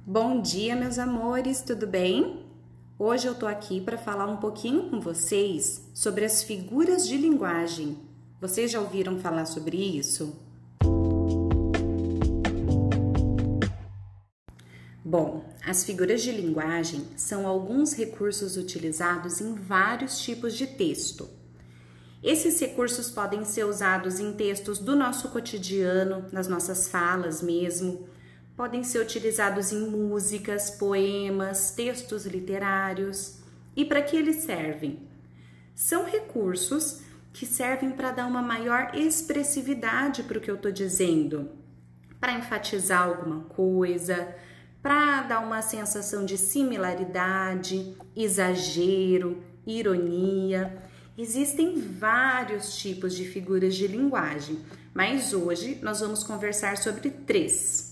Bom dia, meus amores, tudo bem? Hoje eu tô aqui para falar um pouquinho com vocês sobre as figuras de linguagem. Vocês já ouviram falar sobre isso? Bom, as figuras de linguagem são alguns recursos utilizados em vários tipos de texto. Esses recursos podem ser usados em textos do nosso cotidiano, nas nossas falas mesmo. Podem ser utilizados em músicas, poemas, textos literários. E para que eles servem? São recursos que servem para dar uma maior expressividade para o que eu estou dizendo, para enfatizar alguma coisa, para dar uma sensação de similaridade, exagero, ironia. Existem vários tipos de figuras de linguagem, mas hoje nós vamos conversar sobre 3.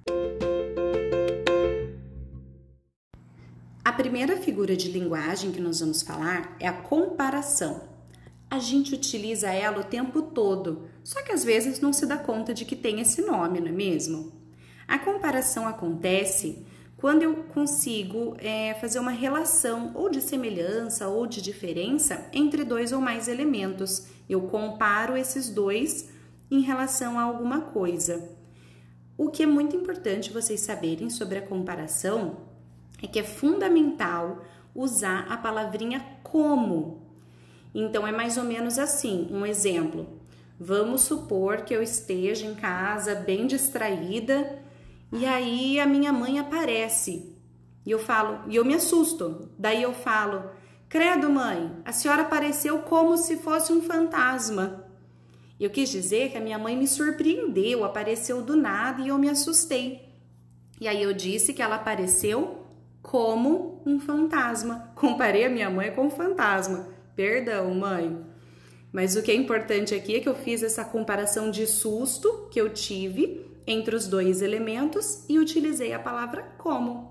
A primeira figura de linguagem que nós vamos falar é a comparação. A gente utiliza ela o tempo todo, só que às vezes não se dá conta de que tem esse nome, não é mesmo? A comparação acontece quando eu consigo fazer uma relação ou de semelhança ou de diferença entre 2 ou mais elementos. Eu comparo esses 2 em relação a alguma coisa. O que é muito importante vocês saberem sobre a comparação é que é fundamental usar a palavrinha como. Então, é mais ou menos assim, um exemplo. Vamos supor que eu esteja em casa bem distraída e aí a minha mãe aparece e eu me assusto. Daí eu falo, credo mãe, a senhora apareceu como se fosse um fantasma. Eu quis dizer que a minha mãe me surpreendeu, apareceu do nada e eu me assustei. E aí eu disse que ela apareceu como um fantasma. Comparei a minha mãe com um fantasma. Perdão, mãe. Mas o que é importante aqui é que eu fiz essa comparação de susto que eu tive entre os 2 elementos e utilizei a palavra como.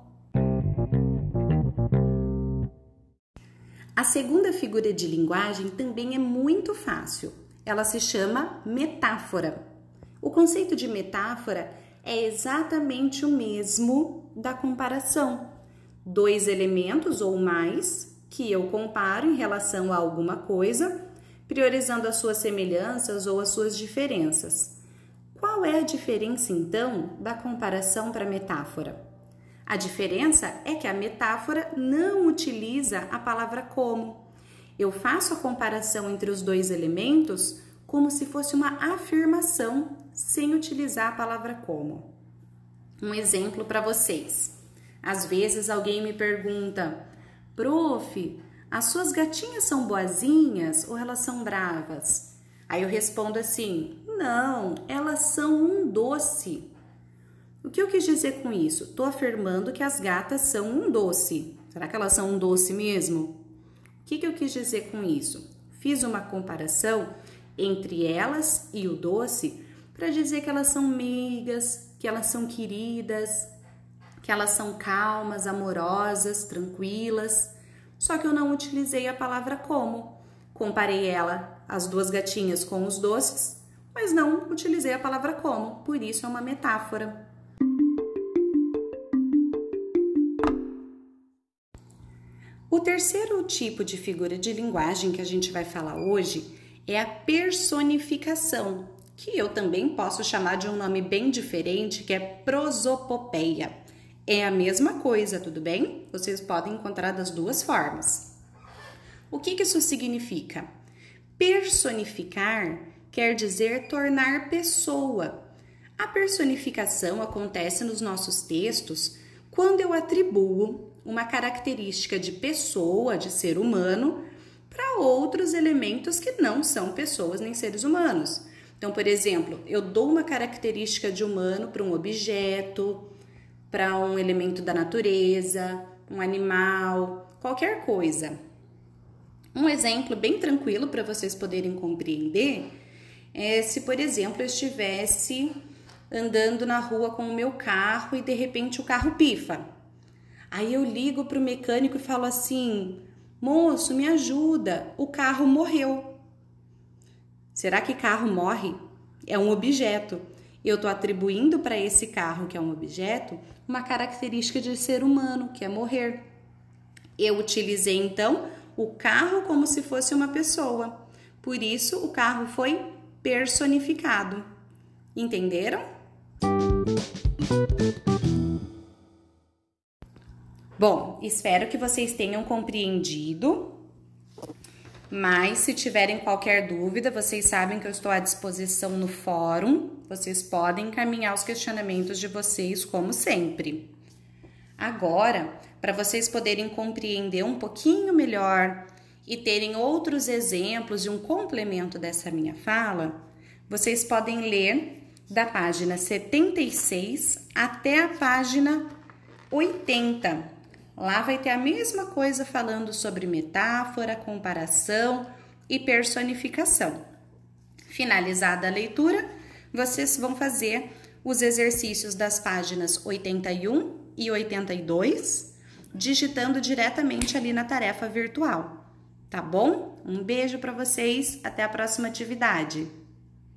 A segunda figura de linguagem também é muito fácil. Ela se chama metáfora. O conceito de metáfora é exatamente o mesmo da comparação. 2 elementos ou mais que eu comparo em relação a alguma coisa, priorizando as suas semelhanças ou as suas diferenças. Qual é a diferença, então, da comparação para a metáfora? A diferença é que a metáfora não utiliza a palavra como. Eu faço a comparação entre os 2 elementos como se fosse uma afirmação, sem utilizar a palavra como. Um exemplo para vocês. Às vezes alguém me pergunta, prof, as suas gatinhas são boazinhas ou elas são bravas? Aí eu respondo assim, não, elas são um doce. O que eu quis dizer com isso? Estou afirmando que as gatas são um doce. Será que elas são um doce mesmo? O que eu quis dizer com isso? Fiz uma comparação entre elas e o doce para dizer que elas são meigas, que elas são queridas, que elas são calmas, amorosas, tranquilas. Só que eu não utilizei a palavra como. Comparei as 2 gatinhas com os doces, mas não utilizei a palavra como, por isso é uma metáfora. O terceiro tipo de figura de linguagem que a gente vai falar hoje é a personificação, que eu também posso chamar de um nome bem diferente, que é prosopopeia. É a mesma coisa, tudo bem? Vocês podem encontrar das 2 formas. O que isso significa? Personificar quer dizer tornar pessoa. A personificação acontece nos nossos textos quando eu atribuo uma característica de pessoa, de ser humano, para outros elementos que não são pessoas nem seres humanos. Então, por exemplo, eu dou uma característica de humano para um objeto, para um elemento da natureza, um animal, qualquer coisa. Um exemplo bem tranquilo para vocês poderem compreender é se, por exemplo, eu estivesse andando na rua com o meu carro e de repente o carro pifa. Aí eu ligo para o mecânico e falo assim, moço, me ajuda, o carro morreu. Será que carro morre? É um objeto. Eu estou atribuindo para esse carro, que é um objeto, uma característica de ser humano, que é morrer. Eu utilizei, então, o carro como se fosse uma pessoa. Por isso, o carro foi personificado. Entenderam? Bom, espero que vocês tenham compreendido. Mas se tiverem qualquer dúvida, vocês sabem que eu estou à disposição no fórum. Vocês podem encaminhar os questionamentos de vocês, como sempre. Agora, para vocês poderem compreender um pouquinho melhor e terem outros exemplos e um complemento dessa minha fala, vocês podem ler da página 76 até a página 80. Lá vai ter a mesma coisa falando sobre metáfora, comparação e personificação. Finalizada a leitura, vocês vão fazer os exercícios das páginas 81 e 82, digitando diretamente ali na tarefa virtual. Tá bom? Um beijo para vocês, até a próxima atividade.